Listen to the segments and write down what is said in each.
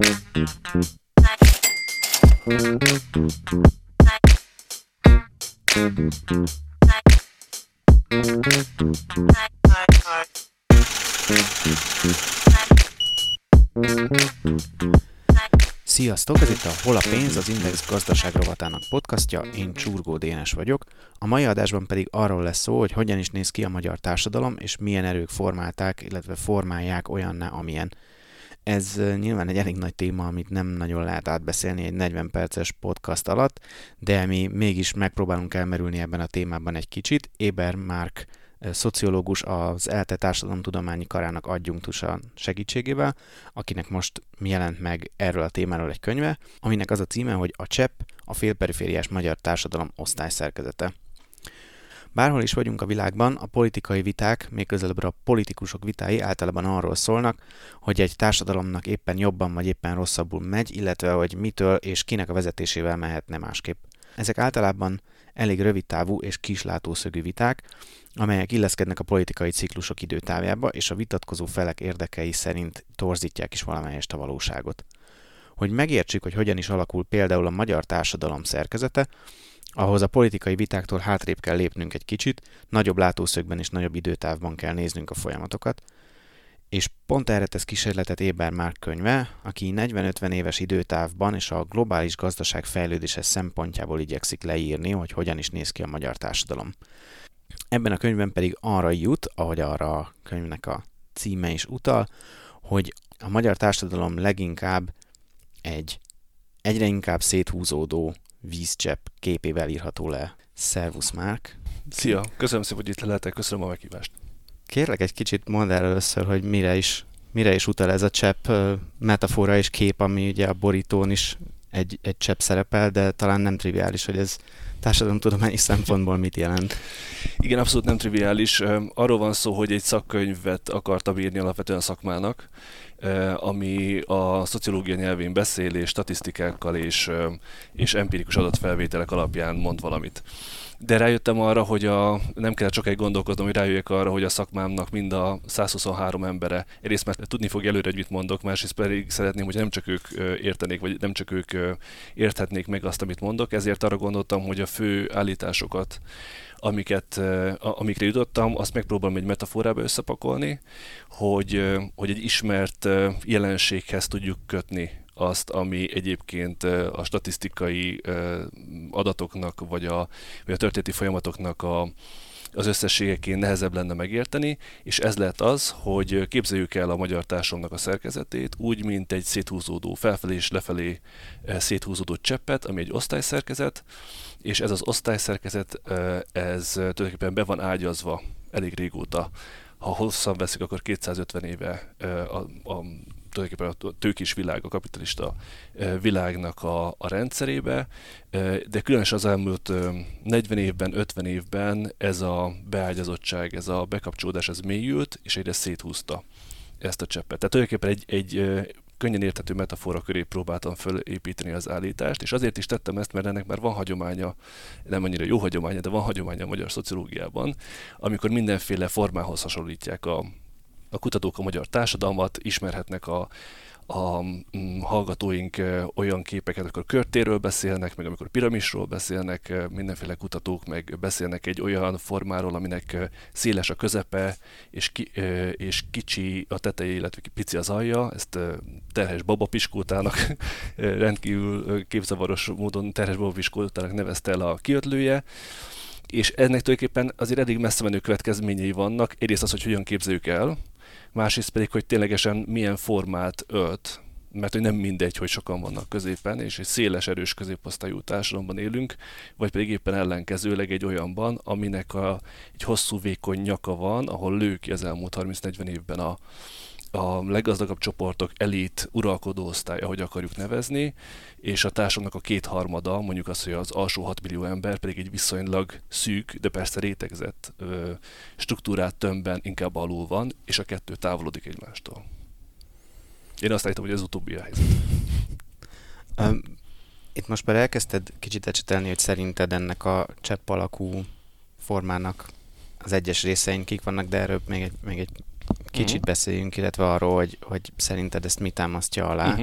Sziasztok, ez itt a Hol a pénz, az Index gazdaság rovatának podcastja, én Csurgó Dénes vagyok. A mai adásban pedig arról lesz szó, hogy hogyan is néz ki a magyar társadalom, és milyen erők formálták, illetve formálják olyanná, amilyen. Ez nyilván egy elég nagy téma, amit nem nagyon lehet átbeszélni egy 40 perces podcast alatt, de mi mégis megpróbálunk elmerülni ebben a témában egy kicsit. Éber Márk szociológus, az ELTE társadalomtudományi karának adjunktusa segítségével, akinek most jelent meg erről a témáról egy könyve, aminek az a címe, hogy A csepp, a félperifériás magyar társadalom osztályszerkezete. Bárhol is vagyunk a világban, a politikai viták, még közelebbre a politikusok vitái általában arról szólnak, hogy egy társadalomnak éppen jobban vagy éppen rosszabbul megy, illetve hogy mitől és kinek a vezetésével mehetne másképp. Ezek általában elég rövidtávú és kislátószögű viták, amelyek illeszkednek a politikai ciklusok időtávjába, és a vitatkozó felek érdekei szerint torzítják is valamelyest a valóságot. Hogy megértsük, hogy hogyan is alakul például a magyar társadalom szerkezete, ahhoz a politikai vitáktól hátrébb kell lépnünk egy kicsit, nagyobb látószögben és nagyobb időtávban kell néznünk a folyamatokat, és pont erre tesz kísérletet Éber Márk könyve, aki 40-50 éves időtávban és a globális gazdaság fejlődése szempontjából igyekszik leírni, hogy hogyan is néz ki a magyar társadalom. Ebben a könyvben pedig arra jut, ahogy arra a könyvnek a címe is utal, hogy a magyar társadalom leginkább egy egyre inkább széthúzódó vízcsepp képével írható le. Szervusz, Márk! Szia! Köszönöm szépen, hogy itt lehetek, köszönöm a meghívást. Kérlek egy kicsit mondd el először, hogy mire is utal ez a csepp metafora és kép, ami ugye a borítón is egy csepp szerepel, de talán nem triviális, hogy ez társadalomtudományi szempontból mit jelent. Igen, abszolút nem triviális. Arról van szó, hogy egy szakkönyvet akartam írni alapvetően szakmának, ami a szociológia nyelvén beszél, és statisztikákkal és empirikus adatfelvételek alapján mond valamit. De rájöttem arra, hogy nem kellett sokáig gondolkodnom, hogy rájöjjek arra, hogy a szakmámnak mind a 123 embere, egyrészt már tudni fog előre, hogy mit mondok, másrészt pedig szeretném, hogy nem csak ők értenék, vagy nem csak ők érthetnék meg azt, amit mondok, ezért arra gondoltam, hogy a fő állításokat, amikre jutottam, azt megpróbálom egy metaforába összepakolni, hogy egy ismert jelenséghez tudjuk kötni azt, ami egyébként a statisztikai adatoknak, vagy a történeti folyamatoknak az összességeként nehezebb lenne megérteni, és ez lehet az, hogy képzeljük el a magyar társadalomnak a szerkezetét úgy, mint egy széthúzódó, felfelé és lefelé széthúzódó cseppet, ami egy osztályszerkezet, és ez az osztályszerkezet, ez tulajdonképpen be van ágyazva elég régóta. Ha hosszan veszik, akkor 250 éve tulajdonképpen a tőkés világ, a kapitalista világnak a rendszerébe, de különösen az elmúlt 40 évben, 50 évben ez a beágyazottság, ez a bekapcsolódás, ez mélyült, és egyre széthúzta ezt a cseppet. Tehát tulajdonképpen egy könnyen érthető metafora köré próbáltam fölépíteni az állítást, és azért is tettem ezt, mert ennek már van hagyománya, nem annyira jó hagyománya, de van hagyománya a magyar szociológiában, amikor mindenféle formához hasonlítják a kutatók a magyar társadalmat, ismerhetnek a hallgatóink olyan képeket, amikor körtérről beszélnek, meg amikor piramisról beszélnek, mindenféle kutatók meg beszélnek egy olyan formáról, aminek széles a közepe, és kicsi a teteje, illetve pici az alja, ezt terhes babapiskótának, rendkívül képzavaros módon terhes babapiskótának nevezte el a kiötlője, és ennek tulajdonképpen azért elég messze menő következményei vannak. Egyrészt az, hogy hogyan képzeljük el, másrészt pedig, hogy ténylegesen milyen formát ölt, mert hogy nem mindegy, hogy sokan vannak középen, és egy széles, erős középosztályú társadalomban élünk, vagy pedig éppen ellenkezőleg egy olyanban, aminek egy hosszú, vékony nyaka van, ahol lő ki az elmúlt 30-40 évben a leggazdagabb csoportok elit uralkodó osztály, ahogy akarjuk nevezni, és a társadalomnak a kétharmada, mondjuk az, hogy az alsó 6 millió ember pedig egy viszonylag szűk, de persze rétegzett struktúrát tömbben inkább alul van, és a kettő távolodik egymástól. Én azt állítom, hogy ez utóbbi a helyzet. Itt most már elkezdted kicsit ecsetelni, hogy szerinted ennek a csepp alakú formának az egyes részein kik vannak, de erről még egy kicsit beszéljünk, illetve arról, hogy szerinted ezt mi támasztja alá,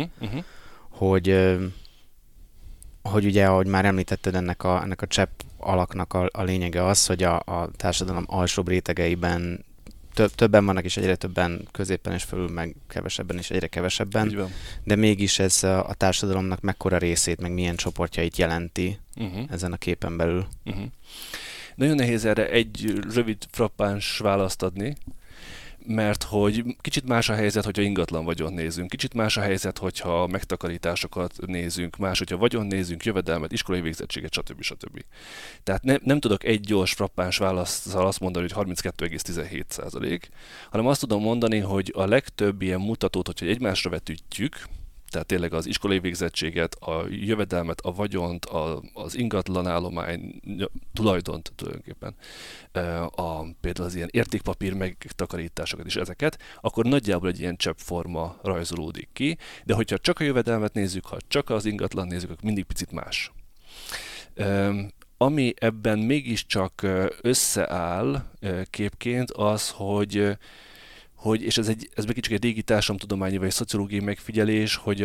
hogy ugye, ahogy már említetted, ennek a csepp alaknak a lényege az, hogy a társadalom alsóbb rétegeiben többen vannak, és egyre többen középen és fölül, meg kevesebben és egyre kevesebben, de mégis ez a társadalomnak mekkora részét, meg milyen csoportjait jelenti ezen a képen belül. Nagyon nehéz erre egy rövid, frappáns választ adni, mert hogy kicsit más a helyzet, hogyha ingatlan vagyont nézünk, kicsit más a helyzet, hogyha megtakarításokat nézünk, más, hogyha vagyont nézünk, jövedelmet, iskolai végzettséget, stb. Tehát nem tudok egy gyors, frappáns válaszsal azt mondani, hogy 32,17%, hanem azt tudom mondani, hogy a legtöbb ilyen mutatót, hogyha egymásra vetítjük, tehát tényleg az iskolai végzettséget, a jövedelmet, a vagyont, az ingatlan állomány tulajdont tulajdonképpen, például az ilyen értékpapír megtakarításokat is ezeket, akkor nagyjából egy ilyen cseppforma rajzolódik ki, de hogyha csak a jövedelmet nézzük, ha csak az ingatlan nézzük, akkor mindig picit más. Ami ebben mégiscsak összeáll képként az, hogy és ez meg csak egy régi társadalomtudományi vagy szociológiai megfigyelés, hogy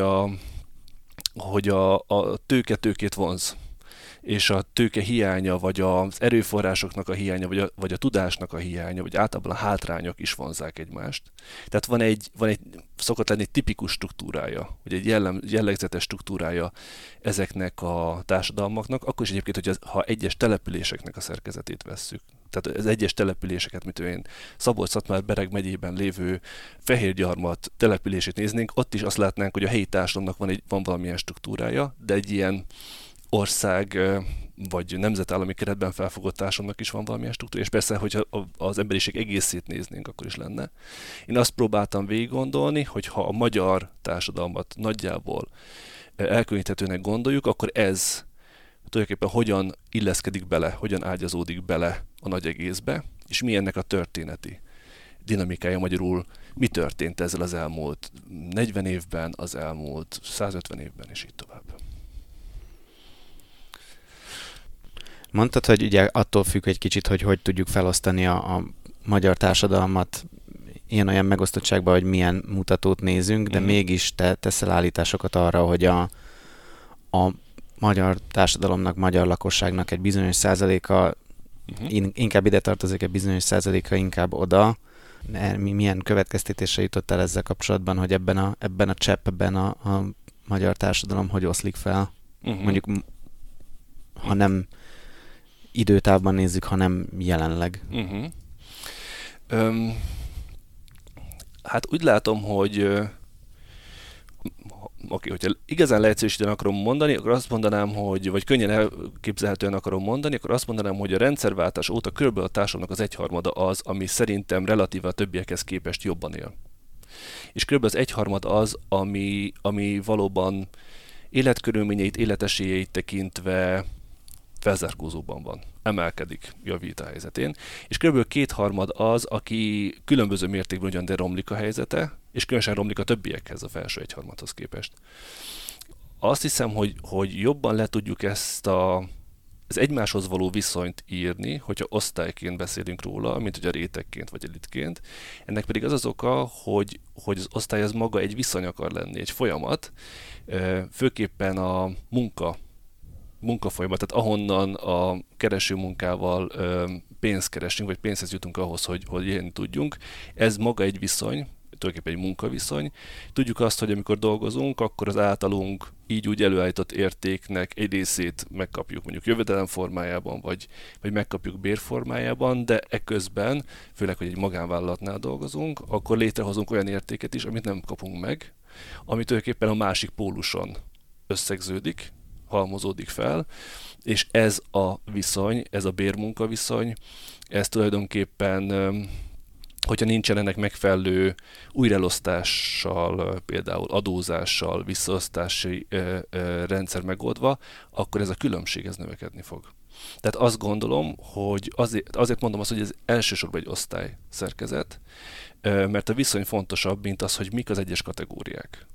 a tőke tőkét vonz, és a tőke hiánya, vagy az erőforrásoknak a hiánya, vagy a tudásnak a hiánya, vagy általában a hátrányok is vonzzák egymást. Tehát van egy szokott lenni egy tipikus struktúrája, vagy egy jellegzetes struktúrája ezeknek a társadalmaknak, akkor is egyébként, ha egyes településeknek a szerkezetét vesszük. Tehát az egyes településeket, mint én Szabolcs-Szatmár-Bereg megyében lévő Fehérgyarmat települését néznénk, ott is azt látnánk, hogy a helyi társadalomnak van valamilyen struktúrája, de egy ilyen ország vagy nemzetállami keretben felfogott társadalomnak is van valamilyen struktúra, és persze, hogyha az emberiség egészét néznénk, akkor is lenne. Én azt próbáltam végig gondolni, hogy ha a magyar társadalmat nagyjából elkülöníthetőnek gondoljuk, akkor ez tulajdonképpen hogyan illeszkedik bele, hogyan ágyazódik bele a nagy egészbe, és mi ennek a történeti dinamikája, magyarul mi történt ezzel az elmúlt 40 évben, az elmúlt 150 évben, és így tovább. Mondtad, hogy ugye attól függ egy kicsit, hogy tudjuk felosztani a magyar társadalmat ilyen-olyan megosztottságba, hogy milyen mutatót nézünk, de mégis te teszel állításokat arra, hogy a magyar társadalomnak, magyar lakosságnak egy bizonyos százaléka inkább ide tartozik, egy bizonyos százaléka inkább oda. Milyen következtetésre jutottál ezzel kapcsolatban, hogy ebben a cseppben a magyar társadalom hogy oszlik fel? Mondjuk, ha nem időtávban nézzük, hanem jelenleg. Hát úgy látom, hogy hogyha igazán leegyszerűsíteni akarom mondani, akkor azt mondanám, vagy könnyen elképzelhetően akarom mondani, akkor azt mondanám, hogy a rendszerváltás óta körülbelül a társadalomnak az egyharmada az, ami szerintem relatíve a többiekhez képest jobban él. És körülbelül az egyharmad az, ami valóban életkörülményeit, életesélyeit tekintve felzárkózóban van, emelkedik, javít a helyzetén, és kb. Kétharmad az, aki különböző mértékben ugyan, de romlik a helyzete, és különösen romlik a többiekhez, a felső egyharmadhoz képest. Azt hiszem, hogy jobban le tudjuk ezt az egymáshoz való viszonyt írni, hogyha osztályként beszélünk róla, mint hogy a rétegként vagy elitként. Ennek pedig az az oka, hogy az osztály az maga egy viszony akar lenni, egy folyamat, főképpen a munkafolyamat, tehát ahonnan a kereső munkával pénzt keresünk, vagy pénzhez jutunk ahhoz, hogy élni tudjunk. Ez maga egy viszony, tulajdonképpen egy munkaviszony. Tudjuk azt, hogy amikor dolgozunk, akkor az általunk így úgy előállított értéknek egy részét megkapjuk mondjuk jövedelem formájában, vagy megkapjuk bér formájában, de eközben, főleg, hogy egy magánvállalatnál dolgozunk, akkor létrehozunk olyan értéket is, amit nem kapunk meg, ami tulajdonképpen a másik póluson összegződik, halmozódik fel, és ez a viszony, ez a bérmunkaviszony, ez tulajdonképpen, hogyha nincsen ennek megfelelő újraelosztással, például adózással, visszaosztási rendszer megoldva, akkor ez a különbség ez növekedni fog. Tehát azt gondolom, hogy azért mondom azt, hogy ez elsősorban egy osztályszerkezet, mert a viszony fontosabb, mint az, hogy mik az egyes kategóriák.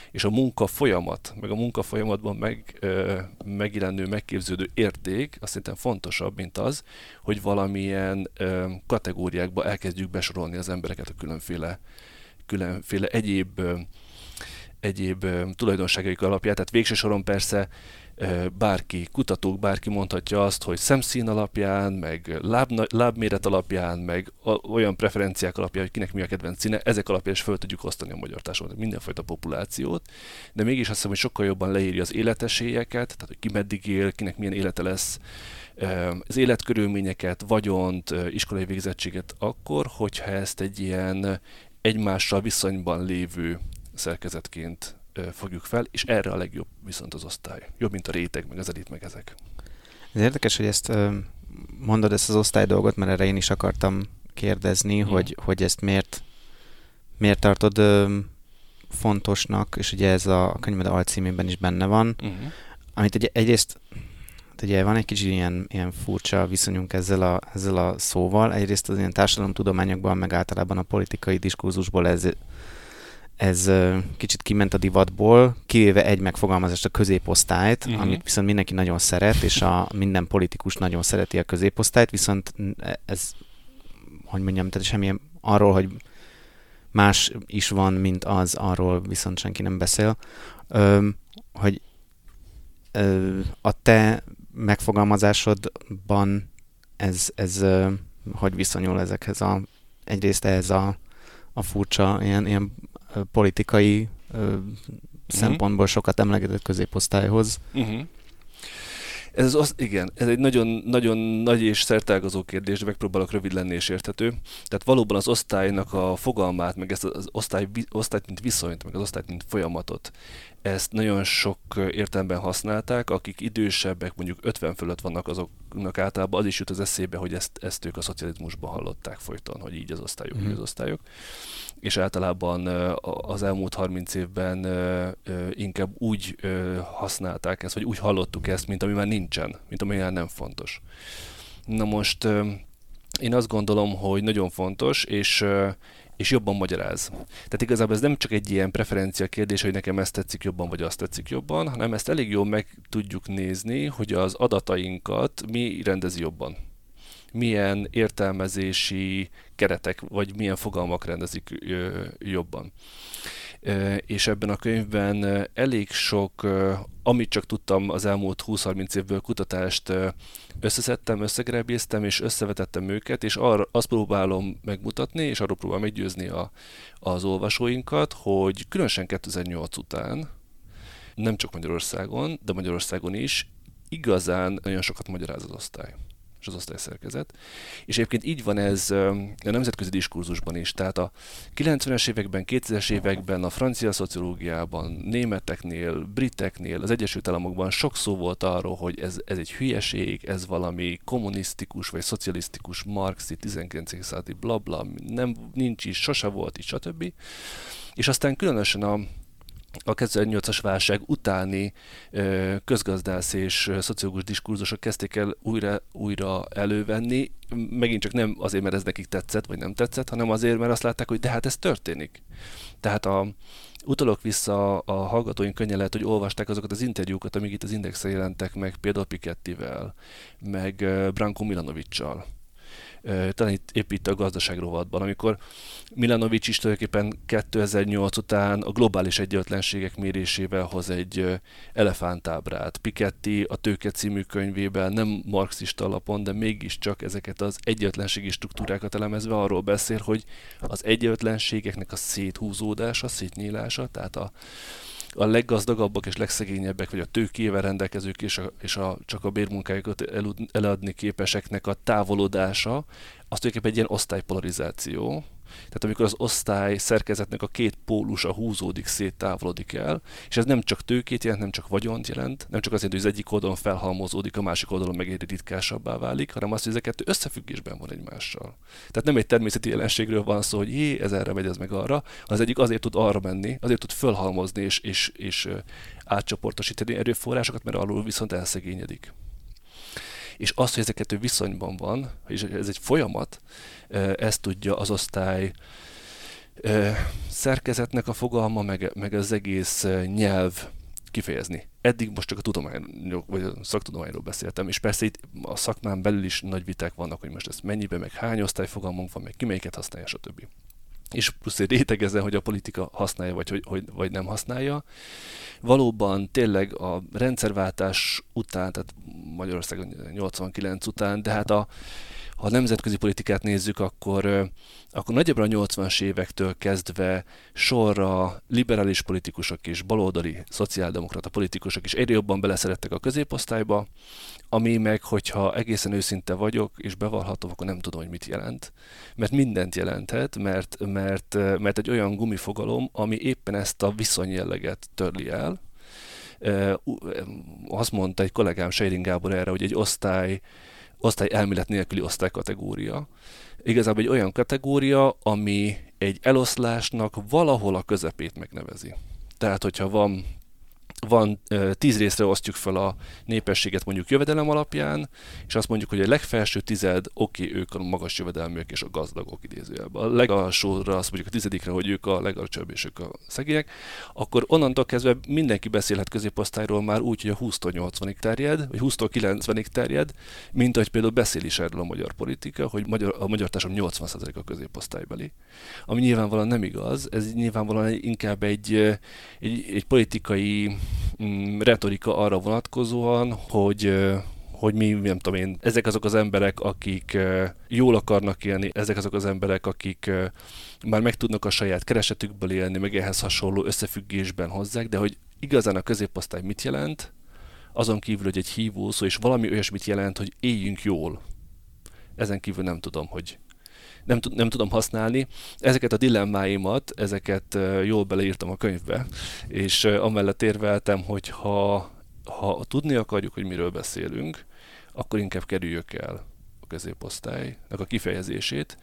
és a munka folyamat, meg a munka folyamatban megjelenő, megképződő érték, azt szerintem fontosabb, mint az, hogy valamilyen kategóriákba elkezdjük besorolni az embereket a különféle egyéb tulajdonságaik alapján. Tehát végső soron persze bárki, kutatók, bárki mondhatja azt, hogy szemszín alapján, meg lábméret alapján, meg olyan preferenciák alapján, hogy kinek mi a kedvenc színe, ezek alapján is fel tudjuk osztani a magyar társadalmat, mindenfajta populációt, de mégis azt hiszem, hogy sokkal jobban leírja az életesélyeket, tehát hogy ki meddig él, kinek milyen élete lesz, az életkörülményeket, vagyont, iskolai végzettséget akkor, hogyha ezt egy ilyen egymással viszonyban lévő szerkezetként fogjuk fel, és erre a legjobb viszont az osztály. Jobb, mint a réteg, meg az elit, meg ezek. Ez érdekes, hogy ezt mondod, ezt az osztály dolgot, mert erre én is akartam kérdezni, hogy ezt miért tartod fontosnak, és ugye ez a könyved alcímében is benne van, amit egyrészt ugye van egy kicsit ilyen furcsa viszonyunk ezzel a szóval, egyrészt az ilyen társadalomtudományokban, meg általában a politikai diskurzusból ez kicsit kiment a divatból, kivéve egy megfogalmazást, a középosztályt, amit viszont mindenki nagyon szeret, és minden politikus nagyon szereti a középosztályt, viszont ez, hogy mondjam, tehát semmilyen arról, hogy más is van, mint az, arról viszont senki nem beszél, hogy a te megfogalmazásodban ez hogy viszonyul ezekhez egyrészt ehhez a furcsa ilyen politikai szempontból sokat emlegetett középosztályhoz. Igen, ez egy nagyon, nagyon nagy és szerteágazó kérdés, de megpróbálok rövid lenni és érthető. Tehát valóban az osztálynak a fogalmát, meg ezt az osztályt mint viszonyt, meg az osztályt mint folyamatot, ezt nagyon sok értelemben használták, akik idősebbek, mondjuk 50 fölött vannak, azoknak általában az is jut az eszébe, hogy ezt ők a szocializmusban hallották folyton, hogy így az osztályok, így az osztályok. És általában az elmúlt 30 évben inkább úgy használták ezt, vagy úgy hallottuk ezt, mint ami már nincsen, mint ami már nem fontos. Na most én azt gondolom, hogy nagyon fontos, és jobban magyaráz. Tehát igazából ez nem csak egy ilyen preferencia kérdés, hogy nekem ezt tetszik jobban, vagy azt tetszik jobban, hanem ezt elég jól meg tudjuk nézni, hogy az adatainkat mi rendezi jobban. Milyen értelmezési keretek, vagy milyen fogalmak rendezik jobban. És ebben a könyvben elég sok, amit csak tudtam az elmúlt 20-30 évből kutatást összeszedtem, összegrebéztem, és összevetettem őket, és azt próbálom megmutatni, és arról próbálom meggyőzni az olvasóinkat, hogy különösen 2008 után, nem csak Magyarországon, de Magyarországon is, igazán nagyon sokat magyaráz az osztály és az osztályszerkezet. És egyébként így van ez a nemzetközi diskurzusban is. Tehát a 90-es években, 2000-es években a francia szociológiában, németeknél, briteknél, az Egyesült Államokban sok szó volt arról, hogy ez egy hülyeség, ez valami kommunisztikus vagy szocialisztikus, marxi, 19. századi blabla, nincs is, sose volt is, stb. És aztán különösen a 2008-as válság utáni közgazdász és szociológus diskurzusok kezdték el újra elővenni, megint csak nem azért, mert ez nekik tetszett, vagy nem tetszett, hanem azért, mert azt látták, hogy de hát ez történik. Tehát utalok vissza a hallgatóink, könnyen lehet, hogy olvasták azokat az interjúkat, amik itt az Indexen jelentek meg, például Pikettyvel, meg Branko Milanovic-sal. Talán épp itt a gazdaság rovatban, amikor Milanovic is tulajdonképpen 2008 után a globális egyenlőtlenségek mérésével hoz egy elefántábrát. Piketty a Tőke című könyvében nem marxista alapon, de mégiscsak ezeket az egyenlőtlenségi struktúrákat elemezve arról beszél, hogy az egyenlőtlenségeknek a széthúzódása, szétnyílása, tehát a leggazdagabbak és legszegényebbek, vagy a tőkével rendelkezők és csak a bérmunkájukat eladni képeseknek a távolodása, az tulajdonképpen egy ilyen osztálypolarizáció. Tehát amikor az osztály szerkezetnek a két pólusa húzódik szét, távolodik el, és ez nem csak tőkét jelent, nem csak vagyont jelent, nem csak azt jelenti, hogy az egyik oldalon felhalmozódik, a másik oldalon meg egyre ritkásabbá válik, hanem azt, hogy ezek kettő összefüggésben van egymással. Tehát nem egy természeti jelenségről van szó, hogy ez erre megy, ez meg arra, az egyik azért tud arra menni, azért tud fölhalmozni és átcsoportosítani erőforrásokat, mert alul viszont elszegényedik. És az, hogy ezek kettő viszonyban van, és ez egy folyamat, ezt tudja az osztály szerkezetnek a fogalma, meg az egész nyelv kifejezni. Eddig most csak a tudományról, vagy a szaktudományról beszéltem, és persze itt a szakmán belül is nagy viták vannak, hogy most ez mennyiben, meg hány osztályfogalmunk van, meg ki melyiket használja, stb. És plusz egy réteg ezen, hogy a politika használja, vagy nem használja. Valóban tényleg a rendszerváltás után, tehát Magyarországon 89 után, de hát ha a nemzetközi politikát nézzük, akkor nagyjából a 80-as évektől kezdve sorra liberális politikusok és baloldali szociáldemokrata politikusok is egyre jobban beleszerettek a középosztályba, ami meg, hogyha egészen őszinte vagyok, és bevallhatom, akkor nem tudom, hogy mit jelent. Mert mindent jelenthet, mert egy olyan gumifogalom, ami éppen ezt a viszonyjelleget törli el. Azt mondta egy kollégám, Seiring Gábor erre, hogy egy osztály elmélet nélküli osztálykategória. Igazából egy olyan kategória, ami egy eloszlásnak valahol a közepét megnevezi. Tehát, hogyha van 10 részre osztjuk fel a népességet mondjuk jövedelem alapján, és azt mondjuk, hogy a legfelső 10, ők a magas jövedelműek és a gazdagok idézőjelben. A legalsóra azt mondjuk a 10-re, hogy ők a legalacsonyabb és ők a szegények, akkor onnantól kezdve mindenki beszélhet középosztályról már úgy, hogy a 20-tól 80-ig terjed, vagy 20-tól 90-ig terjed, mint ahogy például beszél is erről a magyar politika, hogy a magyar társadalom 80% a középosztálybeli. Ami nyilvánvalóan nem igaz, ez nyilvánvalóan inkább egy politikai retorika arra vonatkozóan, hogy mi, nem tudom én, ezek azok az emberek, akik jól akarnak élni, ezek azok az emberek, akik már meg tudnak a saját keresetükből élni, meg ehhez hasonló összefüggésben hozzák, de hogy igazán a középosztály mit jelent, azon kívül, hogy egy hívószó, és valami olyasmit jelent, hogy éljünk jól. Ezen kívül nem tudom, hogy nem tudom használni. Ezeket a dilemmáimat, ezeket jól beleírtam a könyvbe, és amellett érveltem, hogy ha tudni akarjuk, hogy miről beszélünk, akkor kerüljük el a középosztálynak a kifejezését,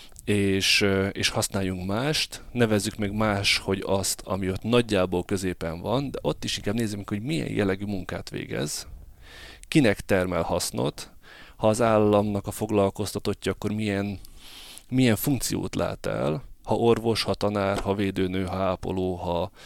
és használjunk mást, nevezzük meg más, hogy azt, ami ott nagyjából középen van, de ott is inkább nézzük meg, hogy milyen jellegű munkát végez, kinek termel hasznot, ha az államnak a foglalkoztatottja, akkor milyen funkciót lát el, ha orvos, ha tanár, ha védőnő, ha ápoló,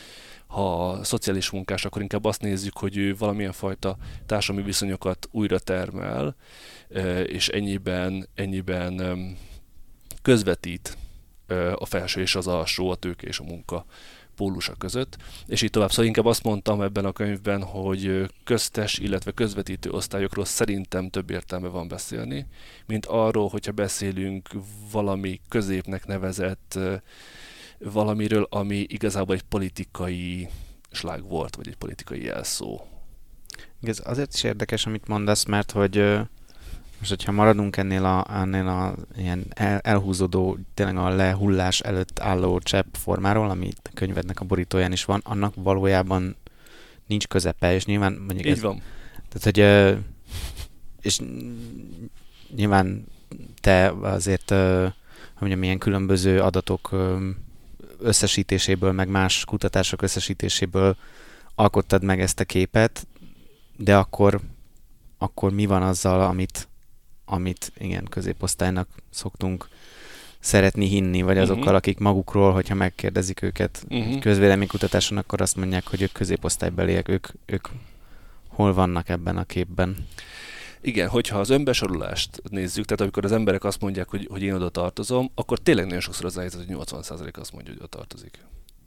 ha szociális munkás, akkor inkább azt nézzük, hogy ő valamilyen fajta társadalmi viszonyokat újra termel, és ennyiben közvetít a felső és az alsó, a tőke és a munka pólusa között, és így tovább. Szóval inkább azt mondtam ebben a könyvben, hogy köztes, illetve közvetítő osztályokról szerintem több értelme van beszélni, mint arról, hogyha beszélünk valami középnek nevezett valamiről, ami igazából egy politikai slág volt, vagy egy politikai jelszó. Ez azért is érdekes, amit mondasz, mert hogy most, hogyha maradunk ennél a ilyen elhúzódó, tényleg a lehullás előtt álló csepp formáról, ami a könyvednek a borítóján is van, annak valójában nincs közepe, és nyilván mondjuk így van. Tehát, hogy és nyilván te azért, hogy mondjam, ilyen különböző adatok összesítéséből, meg más kutatások összesítéséből alkottad meg ezt a képet, de akkor mi van azzal, amit igen, középosztálynak szoktunk szeretni hinni, vagy azokkal, akik magukról, hogyha megkérdezik őket közvéleménykutatáson, akkor azt mondják, hogy ők középosztálybeliek, ők hol vannak ebben a képben. Igen, hogyha az önbesorolást nézzük, tehát amikor az emberek azt mondják, hogy én oda tartozom, akkor tényleg nagyon sokszor az helyzet, hogy 80% azt mondja, hogy oda tartozik.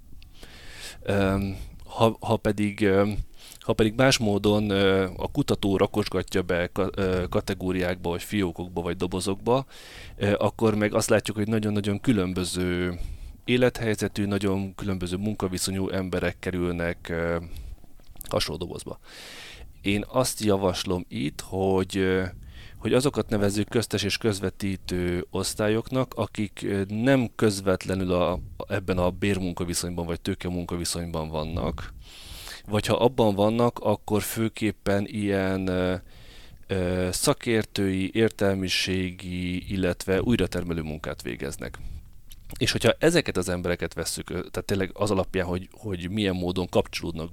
Ha pedig más módon a kutató rakosgatja be kategóriákba, vagy fiókokba, vagy dobozokba, akkor meg azt látjuk, hogy nagyon-nagyon különböző élethelyzetű, nagyon különböző munkaviszonyú emberek kerülnek hasonló dobozba. Én azt javaslom itt, hogy azokat nevezzük köztes és közvetítő osztályoknak, akik nem közvetlenül ebben a bérmunkaviszonyban vagy tőkemunkaviszonyban vannak, vagy ha abban vannak, akkor főképpen ilyen szakértői, értelmiségi, illetve újratermelő munkát végeznek. És hogyha ezeket az embereket vesszük, tehát tényleg az alapján, hogy milyen módon kapcsolódnak be a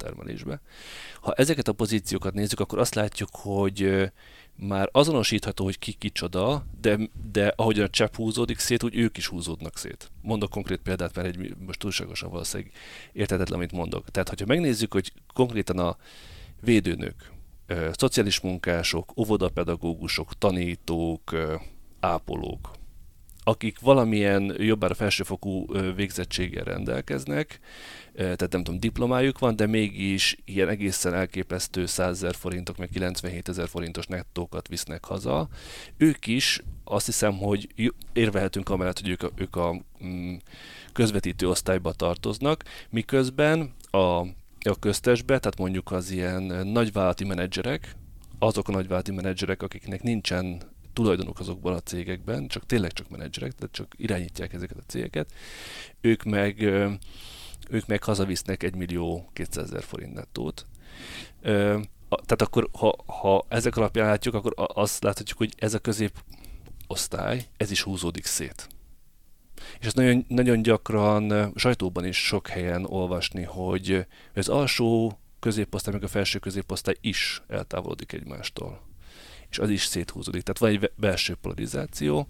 termelésbe. Ha ezeket a pozíciókat nézzük, akkor azt látjuk, hogy már azonosítható, hogy ki kicsoda, de ahogyan a csepp húzódik szét, úgy ők is húzódnak szét. Mondok konkrét példát, mert most túlságosan valószínűleg érthetetlen, amit mondok. Tehát, hogyha megnézzük, hogy konkrétan a védőnők, szociális munkások, óvodapedagógusok, tanítók, ápolók, akik valamilyen jobbára felsőfokú végzettséggel rendelkeznek, tehát nem tudom, diplomájuk van, de mégis ilyen egészen elképesztő 100 000 forintok, meg 97 000 forintos nettókat visznek haza. Ők is azt hiszem, hogy érvelhetünk amellett, hogy ők a közvetítő osztályba tartoznak, miközben a köztesbe, tehát mondjuk az ilyen nagyvállalati menedzserek, azok a nagyvállalati menedzserek, akiknek nincsen tulajdonuk azokban a cégekben, tényleg csak menedzserek, tehát csak irányítják ezeket a cégeket, ők meg hazavisznek 1 200 000 forint nettót. Tehát akkor, ha ezek alapján látjuk, akkor azt láthatjuk, hogy ez a középosztály, ez is húzódik szét. És ezt nagyon, nagyon gyakran sajtóban is sok helyen olvasni, hogy az alsó középosztály, meg a felső középosztály is eltávolodik egymástól. És az is széthúzódik. Tehát van egy belső polarizáció,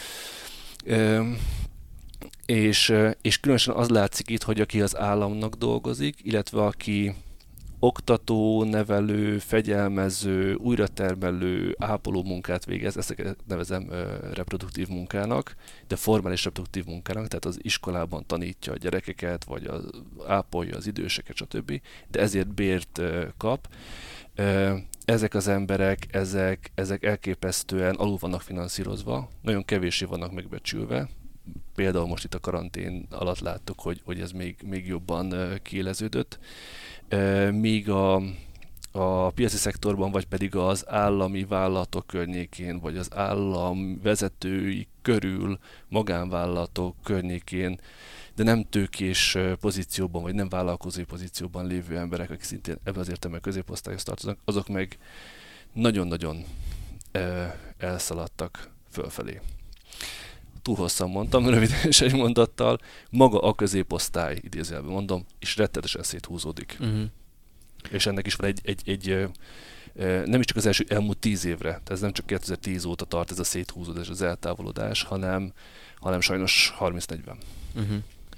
és különösen az látszik itt, hogy aki az államnak dolgozik, illetve aki oktató, nevelő, fegyelmező, újratermelő, ápoló munkát végez, ezt nevezem reproduktív munkának, de formális reproduktív munkának, tehát az iskolában tanítja a gyerekeket, vagy ápolja az időseket, stb., de ezért bért kap. Ezek az emberek, ezek elképesztően alul vannak finanszírozva, nagyon kevéssé vannak megbecsülve. Például most itt a karantén alatt láttuk, hogy ez még jobban kiéleződött. Míg a piaci szektorban, vagy pedig az állami vállalatok környékén, vagy az állam vezetői körül, magánvállalatok környékén, de nem tőkés pozícióban, vagy nem vállalkozói pozícióban lévő emberek, akik szintén ebben az értelemben középosztályhoz tartoznak, azok meg nagyon-nagyon elszaladtak fölfelé. Túl hosszan mondtam, röviden és egy mondattal, maga a középosztály, idézőjelben mondom, és rettenetesen széthúzódik. Uh-huh. És ennek is van egy nem is csak az elmúlt 10 évre, tehát ez nem csak 2010 óta tart ez a széthúzódás, az eltávolodás, hanem sajnos 30-40. Uh-huh.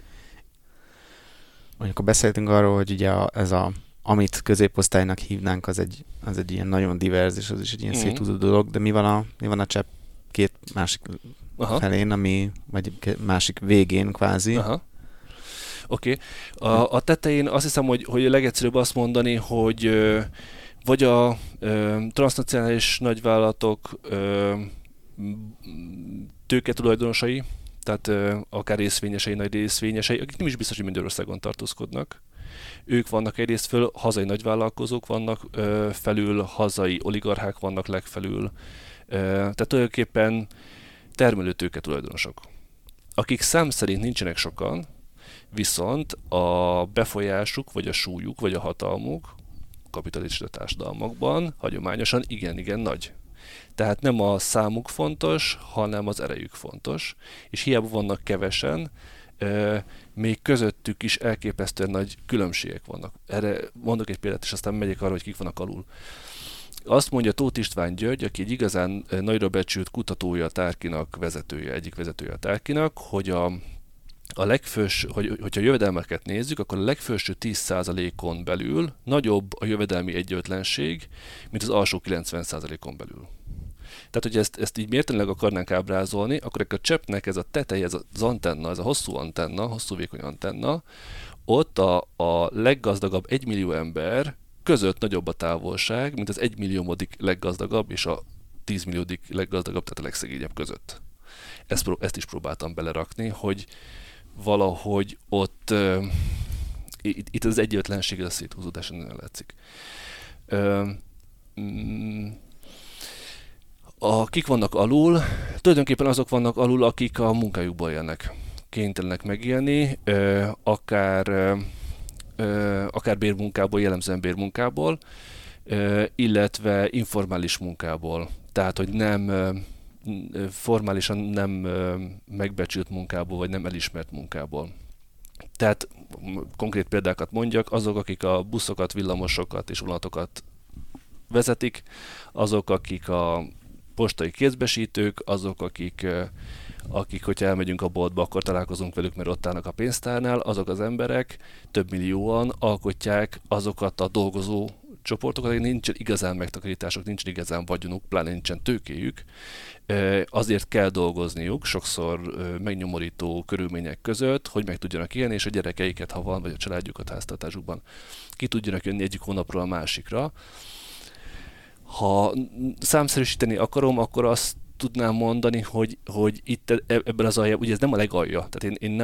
Mondjuk beszéltünk arról, hogy ugye amit középosztálynak hívnánk, az egy ilyen nagyon divers, és az is egy ilyen széthúzó dolog, de mi van a csepp két másik felén, vagy másik végén kvázi? Aha. Oké. A tetején azt hiszem, hogy a legegyszerűbb azt mondani, hogy vagy a transznacionális nagyvállalatok tőketulajdonosai, tehát akár részvényesei, nagy részvényesei, akik nem is biztos, hogy Magyarországon tartózkodnak. Ők vannak egyrészt föl, hazai nagyvállalkozók vannak felül, hazai oligarchák vannak legfelül. Tehát tulajdonképpen termelő tőketulajdonosok, akik szám szerint nincsenek sokan, viszont a befolyásuk, vagy a súlyuk, vagy a hatalmuk kapitalista társadalmakban hagyományosan igen nagy. Tehát nem a számuk fontos, hanem az erejük fontos, és hiába vannak kevesen, még közöttük is elképesztően nagy különbségek vannak. Erre mondok egy példát, és aztán megyek arra, hogy kik vannak alul. Azt mondja Tóth István György, aki egy igazán nagyra becsült kutatója a Tárkinak, egyik vezetője a Tárkinak, hogy hogyha a jövedelmeket nézzük, akkor a legfelső 10%-on belül nagyobb a jövedelmi egyenlőtlenség, mint az alsó 90%-on belül. Tehát, hogy ezt így mértenileg akarnánk ábrázolni, akkor a cseppnek ez a teteje, ez az antenna, ez a hosszú vékony antenna, ott a leggazdagabb 1 millió ember között nagyobb a távolság, mint az 1 milliómodik leggazdagabb és a 10 milliódik leggazdagabb, tehát a legszegényebb között. Ezt is próbáltam belerakni, hogy valahogy ott itt az egyenlőtlenség, ez a széthúzódás nem látszik. Kik vannak alul? Tulajdonképpen azok vannak alul, akik a munkájukból élnek. Kénytelenek megélni, akár bérmunkából, jellemzően bérmunkából, illetve informális munkából. Tehát, hogy formálisan nem megbecsült munkából, vagy nem elismert munkából. Tehát konkrét példákat mondjak, azok, akik a buszokat, villamosokat és vonatokat vezetik, azok, akik a postai kézbesítők, azok, akik, hogyha elmegyünk a boltba, akkor találkozunk velük, mert ott állnak a pénztárnál, azok az emberek több millióan alkotják azokat a dolgozó csoportokat, akik nincsen igazán megtakarítások, nincsen igazán vagyonuk, pláne nincsen tőkéjük, azért kell dolgozniuk, sokszor megnyomorító körülmények között, hogy meg tudjanak élni, és a gyerekeiket, ha van, vagy a családjukat háztartásukban ki tudjanak jönni egyik hónapról a másikra. Ha számszerűsíteni akarom, akkor azt tudnám mondani, hogy itt ebben az aljában, ugye ez nem a legalja, tehát én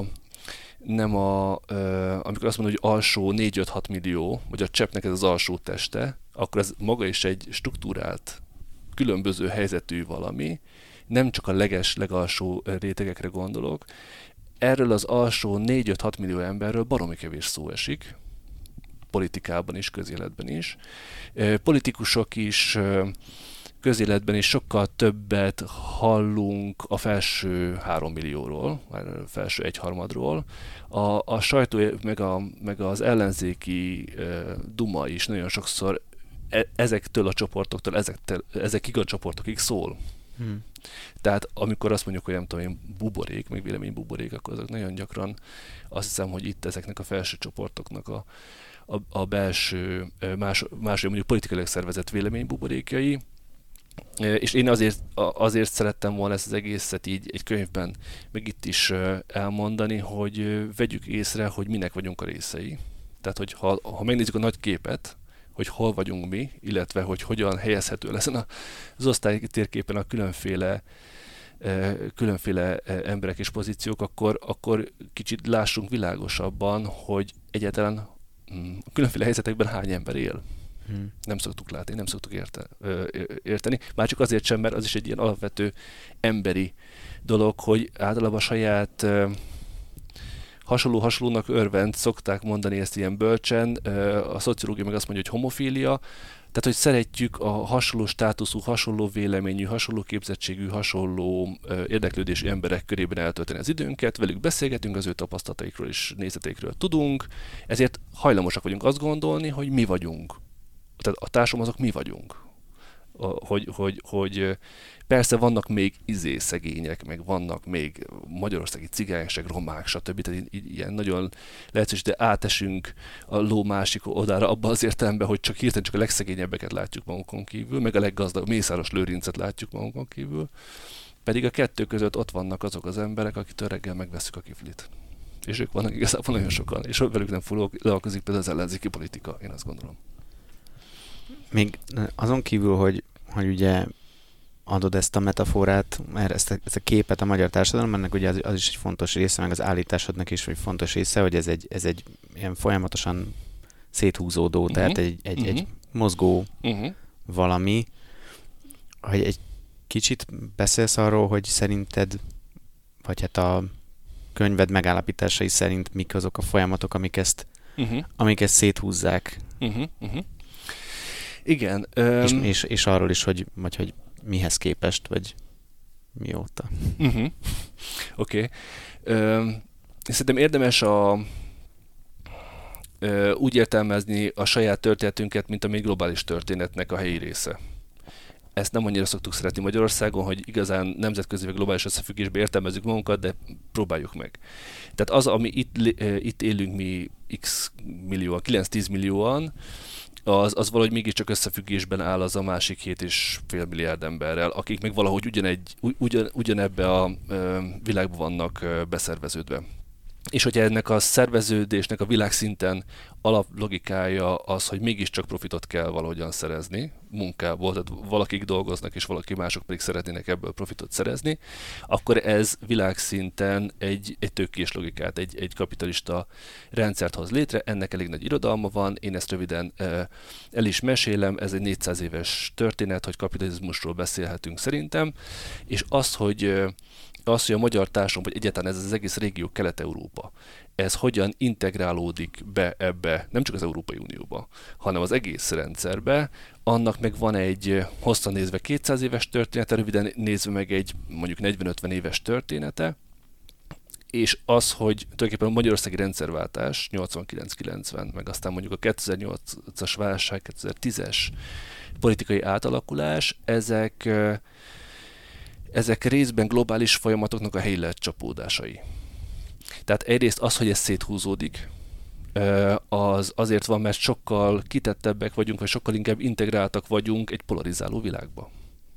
amikor azt mondom, hogy alsó 4-5-6 millió, vagy a cseppnek ez az alsó teste, akkor ez maga is egy struktúrált, különböző helyzetű valami, nem csak a legalsó rétegekre gondolok. Erről az alsó 4-5-6 millió emberről baromi kevés szó esik, politikában is, közéletben is. Politikusok is, közéletben is sokkal többet hallunk a felső 3 millióról, vagy a felső 1/3-ról. A sajtó meg az ellenzéki duma is nagyon sokszor ezektől a csoportoktól, ezekig a csoportokig szól. Tehát amikor azt mondjuk, hogy nem tudom én, buborék, meg véleménybuborék, akkor azok nagyon gyakran azt hiszem, hogy itt ezeknek a felső csoportoknak a belső, más mondjuk politikailag szervezett véleménybuborékjai. És én azért szerettem volna ezt az egészet így egy könyvben, meg itt is elmondani, hogy vegyük észre, hogy minek vagyunk a részei. Tehát, hogy ha megnézzük a nagy képet, hogy hol vagyunk mi, illetve hogy hogyan helyezhető lesz az osztálytérképen a különféle emberek és pozíciók, akkor kicsit lássunk világosabban, hogy egyáltalán a különféle helyzetekben hány ember él. Nem szoktuk látni, nem szoktuk érteni. Már csak azért sem, mert az is egy ilyen alapvető emberi dolog, hogy általában a saját hasonlónak örvend, szokták mondani ezt ilyen bölcsen, a szociológia meg azt mondja, hogy homofília, tehát, hogy szeretjük a hasonló státuszú, hasonló véleményű, hasonló képzettségű, hasonló érdeklődésű emberek körében eltölteni az időnket, velük beszélgetünk, az ő tapasztalataikról és nézeteikről tudunk, ezért hajlamosak vagyunk azt gondolni, hogy mi vagyunk. Tehát a társadalom azok mi vagyunk. Hogy persze vannak még szegények, meg vannak még magyarországi cigányság, romák, stb. Tehát ilyen nagyon lehetős, de átesünk a ló másik oldalára abban az értelemben, hogy hirtelen csak a legszegényebbeket látjuk magunkon kívül, meg a leggazdagabb Mészáros Lőrincet látjuk magunkon kívül, pedig a kettő között ott vannak azok az emberek, akitől reggel megveszük a kiflit. És ők vannak igazából nagyon sokan, és velük nem foglalkozik például az ellenzéki politika, én azt gondolom. Még azon kívül, hogy ugye adod ezt a metaforát, ezt a képet a magyar társadalom, ennek ugye az is egy fontos része, meg az állításodnak is egy fontos része, hogy ez egy ilyen folyamatosan széthúzódó, tehát egy mozgó valami, hogy egy kicsit beszélsz arról, hogy szerinted, vagy hát a könyved megállapításai szerint mik azok a folyamatok, amik ezt széthúzzák. Igen. És arról is, hogy mihez képest, vagy mióta. Oké. Szerintem érdemes úgy értelmezni a saját történetünket, mint a globális történetnek a helyi része. Ezt nem annyira szoktuk szeretni Magyarországon, hogy igazán nemzetközi vagy globális összefüggésbe értelmezzük magunkat, de próbáljuk meg. Tehát az, ami itt élünk mi x millióan, 9-10 millióan, az valahogy mégiscsak összefüggésben áll az a másik 7,5 milliárd emberrel, akik meg valahogy ugyanebbe a világban vannak beszerveződve. És hogyha ennek a szerveződésnek a világszinten alaplogikája az, hogy mégiscsak profitot kell valahogyan szerezni munkából, tehát valakik dolgoznak, és valaki mások pedig szeretnének ebből profitot szerezni, akkor ez világszinten egy tőkés logikát, egy kapitalista rendszert hoz létre, ennek elég nagy irodalma van, én ezt röviden el is mesélem, ez egy 400 éves történet, hogy kapitalizmusról beszélhetünk szerintem, és az, hogy a magyar társadalom, vagy egyáltalán ez az egész régió Kelet-Európa, ez hogyan integrálódik be ebbe, nem csak az Európai Unióba, hanem az egész rendszerbe, annak meg van egy hosszan nézve 200 éves története, röviden nézve meg egy mondjuk 40-50 éves története, és az, hogy tulajdonképpen a magyarországi rendszerváltás 89-90, meg aztán mondjuk a 2008-as válság, 2010-es politikai átalakulás, ezek részben globális folyamatoknak a helyi lecsapódásai. Tehát egyrészt az, hogy ez széthúzódik, az azért van, mert sokkal kitettebbek vagyunk, vagy sokkal inkább integráltak vagyunk egy polarizáló világba.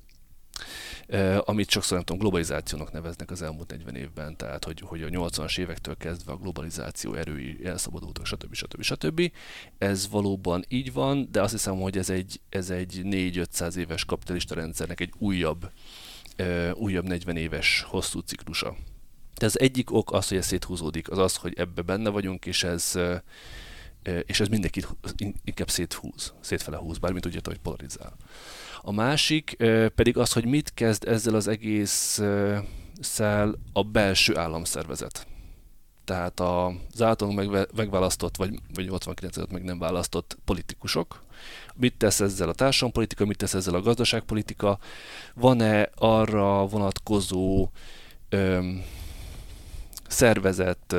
Amit sokszor nem tudom, globalizációnak neveznek az elmúlt 40 évben, tehát hogy a 80-as évektől kezdve a globalizáció erői elszabadultak, stb. Ez valóban így van, de azt hiszem, hogy ez egy 400-500 éves kapitalista rendszernek egy újabb 40 éves hosszú ciklusa. De az egyik ok az, hogy ez széthúzódik, az az, hogy ebbe benne vagyunk, és ez mindenkit inkább szétfele húz, bármint úgy érte, hogy polarizál. A másik pedig az, hogy mit kezd ezzel az egésszel a belső államszervezet. Tehát az általunk megválasztott, vagy 89 előtt meg nem választott politikusok. Mit tesz ezzel a társadalompolitika, mit tesz ezzel a gazdaságpolitika? Van-e arra vonatkozó szervezet,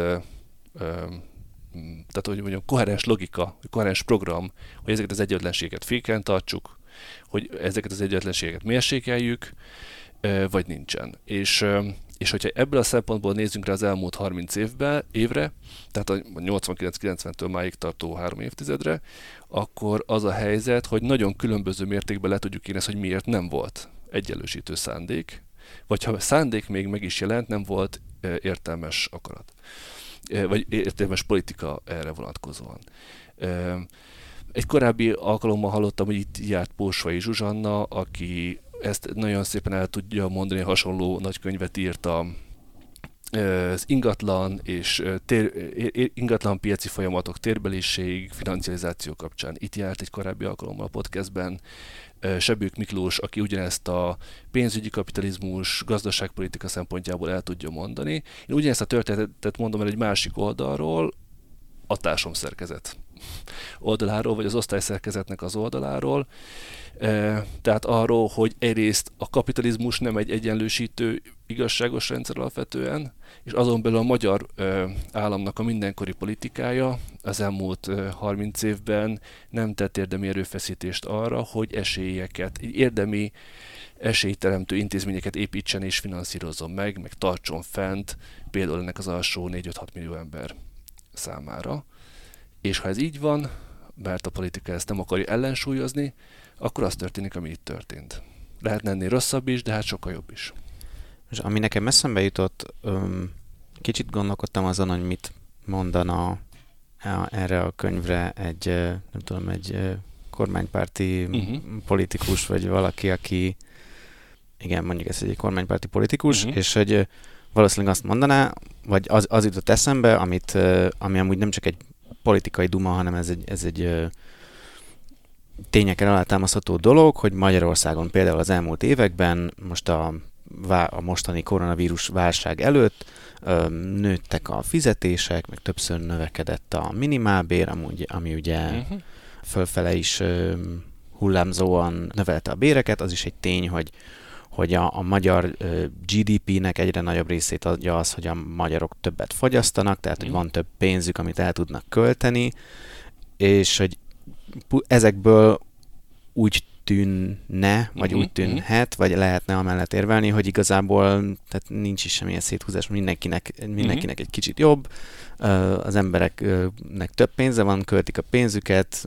tehát hogy mondjam, koherens logika, koherens program, hogy ezeket az egyenlőtlenségeket féken tartsuk, hogy ezeket az egyenlőtlenségeket mérsékeljük, vagy nincsen. És hogyha ebből a szempontból nézzünk rá az elmúlt 30 évre, tehát a 89-90-től máig tartó 3 évtizedre, akkor az a helyzet, hogy nagyon különböző mértékben le tudjuk írni, hogy miért nem volt egyenlősítő szándék, vagy ha szándék még meg is jelent, nem volt értelmes akarat, vagy értelmes politika erre vonatkozóan. Egy korábbi alkalommal hallottam, hogy itt járt Pósvai Zsuzsanna, aki ezt nagyon szépen el tudja mondani, hasonló nagy könyvet írt az ingatlan és ingatlan piaci folyamatok, térbeliség, financializáció kapcsán. Itt járt egy korábbi alkalommal a podcastben Sebők Miklós, aki ugyanezt a pénzügyi kapitalizmus, gazdaságpolitika szempontjából el tudja mondani. Én ugyanezt a történetet mondom el egy másik oldalról, a társadalomszerkezet oldaláról, vagy az osztályszerkezetnek az oldaláról. Tehát arról, hogy egyrészt a kapitalizmus nem egy egyenlősítő, igazságos rendszer alapvetően, és azon belül a magyar államnak a mindenkori politikája az elmúlt 30 évben nem tett érdemi erőfeszítést arra, hogy érdemi esélyteremtő intézményeket építsen és finanszírozzon meg tartson fent például ennek az alsó 4-5-6 millió ember számára. És ha ez így van, mert a politika ezt nem akarja ellensúlyozni, akkor az történik, ami itt történt. Lehetne ennél rosszabb is, de hát sokkal jobb is. És ami nekem eszembe jutott, kicsit gondolkodtam azon, hogy mit mondana erre a könyvre egy kormánypárti politikus, vagy valaki, aki igen, mondjuk ez egy kormánypárti politikus, és hogy valószínűleg azt mondaná, vagy az jutott eszembe, ami amúgy nem csak egy politikai duma, hanem ez egy tényekkel alátámasztható dolog, hogy Magyarországon például az elmúlt években, most a mostani koronavírus válság előtt nőttek a fizetések, meg többször növekedett a minimálbér, ami ugye fölfele is hullámzóan növelte a béreket. Az is egy tény, hogy a magyar GDP-nek egyre nagyobb részét adja az, hogy a magyarok többet fogyasztanak, tehát hogy van több pénzük, amit el tudnak költeni, és hogy ezekből úgy tűnne, vagy úgy tűnhet, vagy lehetne amellett érvelni, hogy igazából tehát nincs is semmilyen széthúzás, mindenkinek egy kicsit jobb, az embereknek több pénze van, költik a pénzüket,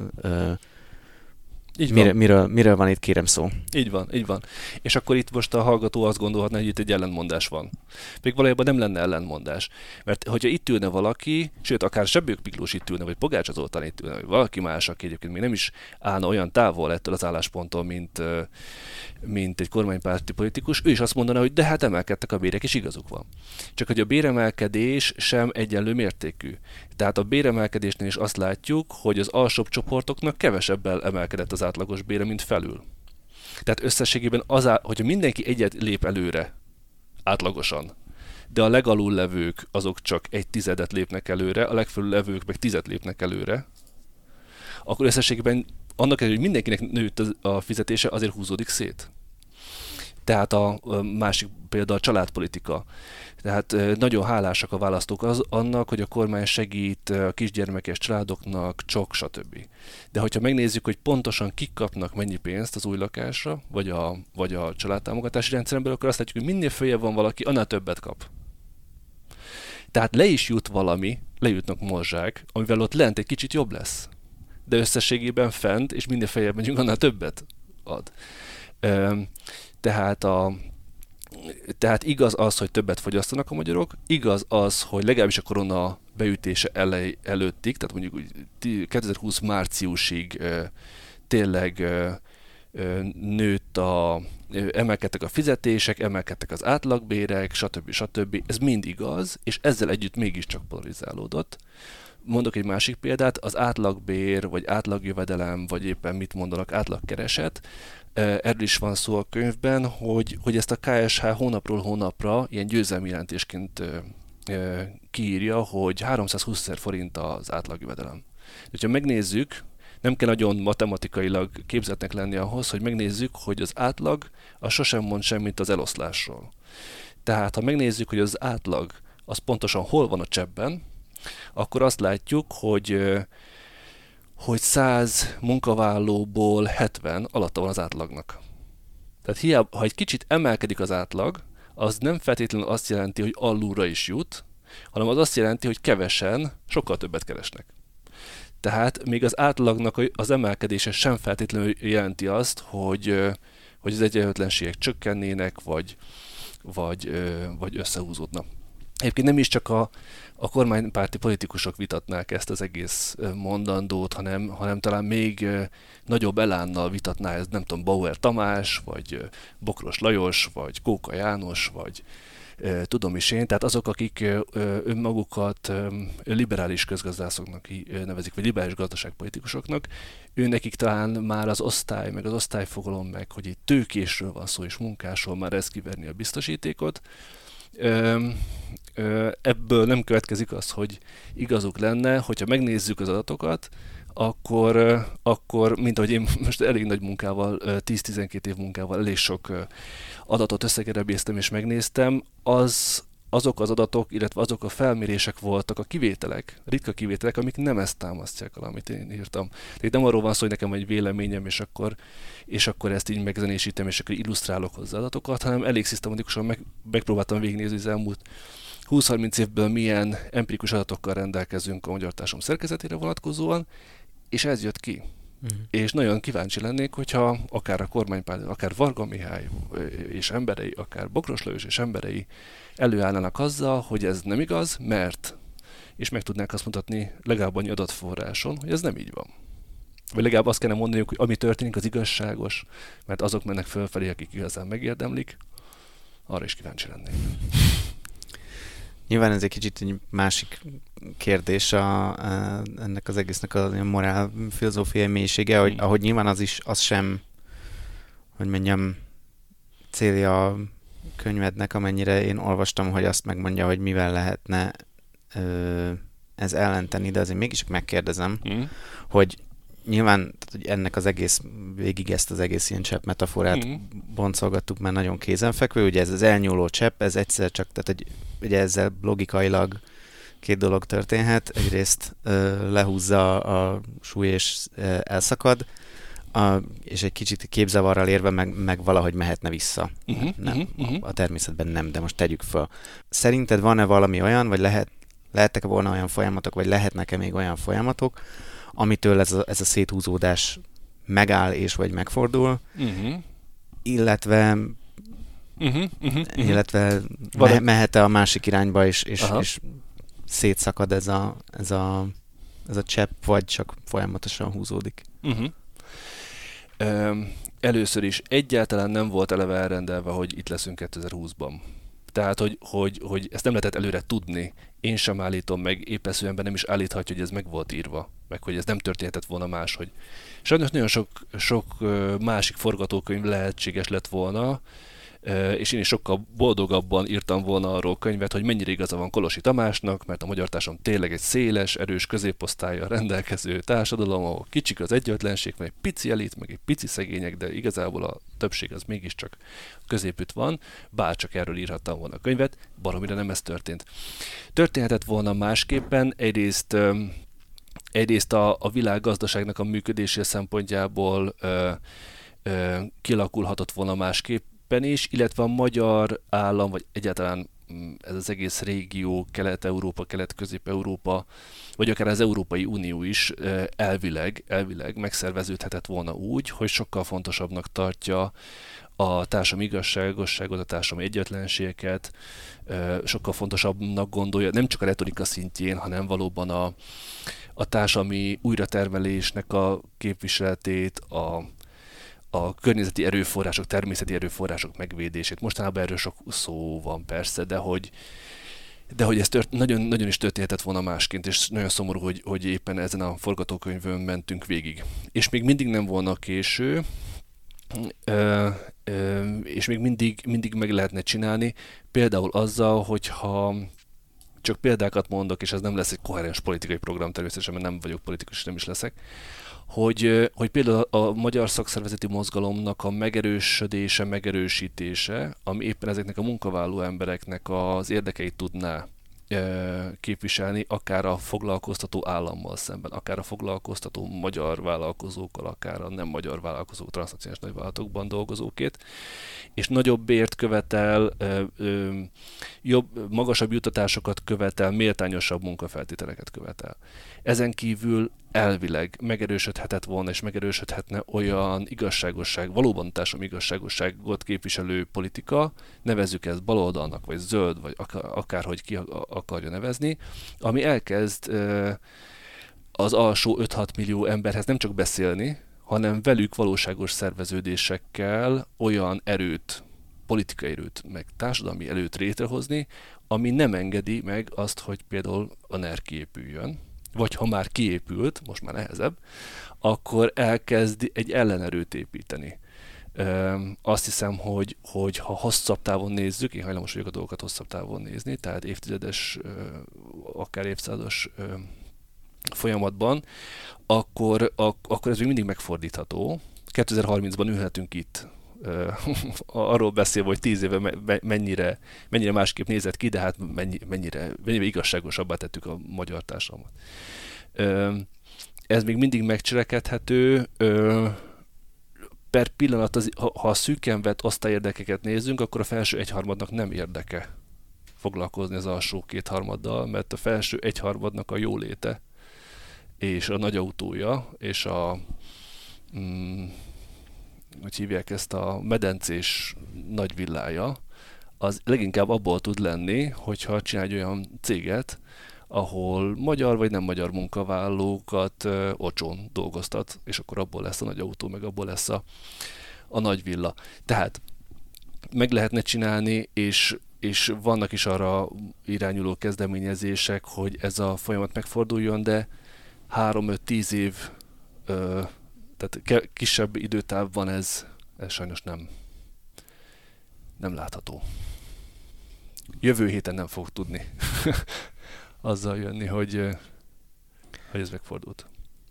Miről van itt, kérem szó? Így van. És akkor itt most a hallgató azt gondolhatná, hogy itt egy ellentmondás van. Még valójában nem lenne ellentmondás. Mert hogyha itt ülne valaki, sőt, akár Sebők Miklós itt ülne, vagy Pogácsa Zoltán itt ülne, vagy valaki más, aki egyébként még nem is állna olyan távol ettől az állásponttól, mint egy kormánypárti politikus, ő is azt mondaná, hogy de hát emelkedtek a bérek, és igazuk van. Csak hogy a béremelkedés sem egyenlő mértékű. Tehát a béremelkedésnél is azt látjuk, hogy az alsóbb csoportoknak kevesebbel emelkedett az átlagos bére, mint felül. Tehát összességében hogyha mindenki egyet lép előre átlagosan, de a legalul levők azok csak 1/10 lépnek előre, a legfelül levők meg 10 lépnek előre, akkor összességében annak, hogy mindenkinek nőtt a fizetése, azért húzódik szét. Tehát a másik példa a családpolitika. Tehát nagyon hálásak a választók annak, hogy a kormány segít a kisgyermekes családoknak, stb. De hogyha megnézzük, hogy pontosan kik kapnak mennyi pénzt az új lakásra, vagy a családtámogatási rendszeren belül, akkor azt látjuk, hogy minél följebb van valaki, annál többet kap. Tehát le is jut valami, lejutnak morzsák, amivel ott lent egy kicsit jobb lesz. De összességében fent, és minél feljebb megyünk, annál többet ad. Tehát igaz az, hogy többet fogyasztanak a magyarok, igaz az, hogy legalábbis a korona beütése előttig, tehát mondjuk 2020 márciusig tényleg emelkedtek a fizetések, emelkedtek az átlagbérek, stb. Ez mind igaz, és ezzel együtt mégiscsak polarizálódott. Mondok egy másik példát, az átlagbér, vagy átlagjövedelem, vagy éppen mit mondanak, átlagkereset. Erről is van szó a könyvben, hogy ezt a KSH hónapról hónapra ilyen győzelmi jelentésként kiírja, hogy 320 000 forint az átlagjövedelem. Ha megnézzük, nem kell nagyon matematikailag képzetnek lenni ahhoz, hogy megnézzük, hogy az átlag az sosem mond semmit az eloszlásról. Tehát ha megnézzük, hogy az átlag az pontosan hol van a cseppben, akkor azt látjuk, hogy 100 munkavállalóból 70 alatta van az átlagnak. Tehát hiába, ha egy kicsit emelkedik az átlag, az nem feltétlenül azt jelenti, hogy alulra is jut, hanem az azt jelenti, hogy kevesen sokkal többet keresnek. Tehát még az átlagnak az emelkedése sem feltétlenül jelenti azt, hogy az egyenlőtlenségek csökkennének, vagy összehúzódna. Egyébként nem is csak a kormánypárti politikusok vitatnák ezt az egész mondandót, hanem talán még nagyobb elánnal vitatná ez, nem tudom, Bauer Tamás, vagy Bokros Lajos, vagy Kóka János, vagy tudom is én, tehát azok, akik önmagukat liberális közgazdászoknak nevezik, vagy liberális gazdaságpolitikusoknak, nekik talán már az osztály, meg az osztályfogalom, meg hogy itt tőkésről van szó, és munkásról már ez kiverni a biztosítékot. Ebből nem következik az, hogy igazuk lenne, hogyha megnézzük az adatokat, akkor mint ahogy én most elég nagy munkával, 10-12 év munkával elég sok adatot összegerebéztem és megnéztem, azok az adatok, illetve azok a felmérések voltak a kivételek, ritka kivételek, amik nem ezt támasztják alá, amit én írtam. Tehát nem arról van szó, hogy nekem egy véleményem, és akkor ezt így megzenésítem, és akkor illusztrálok hozzá adatokat, hanem elég szisztematikusan megpróbáltam végignézni az elmúlt 20-30 évből milyen empirikus adatokkal rendelkezünk a magyar társadalom szerkezetére vonatkozóan, és ez jött ki. És nagyon kíváncsi lennék, hogyha akár a kormánypárt, akár Varga Mihály és emberei, akár Bokros Lajos és emberei előállnának azzal, hogy ez nem igaz, mert, és meg tudnák azt mutatni legalább annyi adatforráson, hogy ez nem így van. Vagy legalább azt kellene mondaniuk, hogy ami történik, az igazságos, mert azok mennek fölfelé, akik igazán megérdemlik. Arra is kíváncsi lennék. Nyilván ez egy kicsit egy másik kérdés ennek az egésznek a morál filozófiai mélysége, hogy ahogy nyilván az sem, hogy mondjam, célja a könyvednek, amennyire én olvastam, hogy azt megmondja, hogy mivel lehetne ez ellenteni, de azért mégis megkérdezem, hogy nyilván hogy ennek az egész, végig ezt az egész ilyen csepp metaforát boncolgattuk már nagyon kézenfekvő, ugye ez az elnyúló csepp, ez egyszer csak, tehát hogy ugye ezzel logikailag két dolog történhet, egyrészt lehúzza a súly és elszakad, és egy kicsit képzavarral érve meg valahogy mehetne vissza. A természetben nem, de most tegyük föl. Szerinted van-e valami olyan, vagy lehettek volna olyan folyamatok, vagy lehetnek-e még olyan folyamatok, amitől ez a széthúzódás megáll és vagy megfordul, illetve mehet-e a másik irányba és szétszakad ez a csepp, vagy csak folyamatosan húzódik? Először is egyáltalán nem volt eleve elrendelve, hogy itt leszünk 2020-ban. Tehát, hogy ezt nem lehetett előre tudni. Én sem állítom meg, épp ember nem is állíthatja, hogy ez meg volt írva, meg hogy ez nem történhetett volna máshogy. Sajnos nagyon sok másik forgatókönyv lehetséges lett volna, és én is sokkal boldogabban írtam volna arról könyvet, hogy mennyire igaza van Kolossy Tamásnak, mert a magyar társadalom tényleg egy széles, erős középosztállyal rendelkező társadalom, ahol kicsik az egyenlőtlenség, meg egy pici elit, meg egy pici szegények, de igazából a többség az mégiscsak középütt van, bárcsak erről írhattam volna a könyvet, baromira nem ez történt. Történhetett volna másképpen, egyrészt a világgazdaságnak a működése szempontjából kialakulhatott volna másképpen is, illetve a magyar állam, vagy egyáltalán ez az egész régió, Kelet-Európa, Kelet-Közép-Európa, vagy akár az Európai Unió is elvileg megszerveződhetett volna úgy, hogy sokkal fontosabbnak tartja a társadalmi igazságosságot, a társadalmi egyenlőtlenségeket, sokkal fontosabbnak gondolja, nem csak a retorika szintjén, hanem valóban a társadalmi újratermelésnek a képviseletét, a környezeti erőforrások, természeti erőforrások megvédését. Mostanában erről sok szó van persze, de hogy ez nagyon, nagyon is történhetett volna másként, és nagyon szomorú, hogy éppen ezen a forgatókönyvön mentünk végig. És még mindig nem volna késő, és még mindig meg lehetne csinálni, például azzal, hogyha csak példákat mondok, és ez nem lesz egy koherens politikai program természetesen, mert nem vagyok politikus, és nem is leszek, hogy például a magyar szakszervezeti mozgalomnak a megerősödése, megerősítése, ami éppen ezeknek a munkavállaló embereknek az érdekeit tudná képviselni, akár a foglalkoztató állammal szemben, akár a foglalkoztató magyar vállalkozókkal, akár a nem magyar vállalkozók, transznacionális nagyvállalatokban dolgozókét, és nagyobb bért követel, magasabb juttatásokat követel, méltányosabb munkafeltételeket követel. Ezen kívül elvileg megerősödhetett volna, és megerősödhetne olyan igazságosság, valóban társadalmi igazságosságot képviselő politika, nevezzük ezt baloldalnak, vagy zöld, vagy akárhogy ki akarja nevezni, ami elkezd az alsó 5-6 millió emberhez nem csak beszélni, hanem velük valóságos szerveződésekkel olyan erőt, politikai erőt, meg társadalmi erőt létrehozni, ami nem engedi meg azt, hogy például a NER kiépüljön, vagy ha már kiépült, most már nehezebb, akkor elkezd egy ellenerőt építeni. Azt hiszem, hogy ha hosszabb távon nézzük, én hajlamos vagyok a dolgokat hosszabb távon nézni, tehát évtizedes, akár évszázados folyamatban, akkor ez még mindig megfordítható. 2030-ban ülhetünk itt, arról beszélve, hogy 10 éve mennyire másképp nézett ki, de hát mennyire igazságosabbá tettük a magyar társadalmat. Ez még mindig megcselekedhető. Per pillanat, ha szűken vett osztályérdekeket nézzünk, akkor a felső egyharmadnak nem érdeke foglalkozni az alsó kétharmaddal, mert a felső egyharmadnak a jóléte és a nagy autója, és hogy hívják ezt, a medencés nagy villája, az leginkább abból tud lenni, hogyha csinálj egy olyan céget, ahol magyar vagy nem magyar munkavállalókat olcsón dolgoztat, és akkor abból lesz a nagy autó, meg abból lesz a nagy villa. Tehát meg lehetne csinálni, és vannak is arra irányuló kezdeményezések, hogy ez a folyamat megforduljon, de 3-5-10 év, tehát kisebb időtávban ez sajnos nem látható. Jövő héten nem fog tudni azzal jönni, hogy ez megfordult.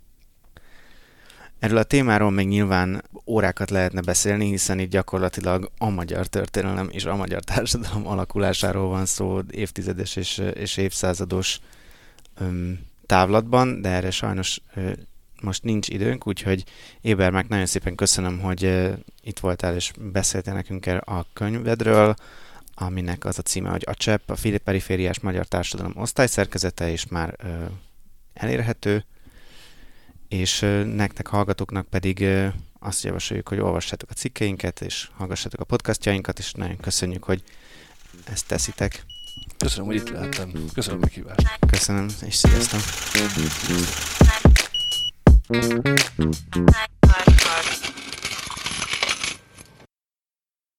Erről a témáról még nyilván órákat lehetne beszélni, hiszen itt gyakorlatilag a magyar történelem és a magyar társadalom alakulásáról van szó évtizedes és évszázados távlatban, de erre sajnos most nincs időnk, úgyhogy Ébermák, nagyon szépen köszönöm, hogy itt voltál és beszéltél nekünk a könyvedről, aminek az a címe, hogy a CSEP, a perifériás magyar társadalom osztályszerkezete, és már elérhető, és nektek hallgatóknak pedig azt javasoljuk, hogy olvassátok a cikkeinket, és hallgassátok a podcastjainkat, és nagyon köszönjük, hogy ezt teszitek. Köszönöm, hogy itt lehettem. Köszönöm a meghívást. Köszönöm, és sziasztok!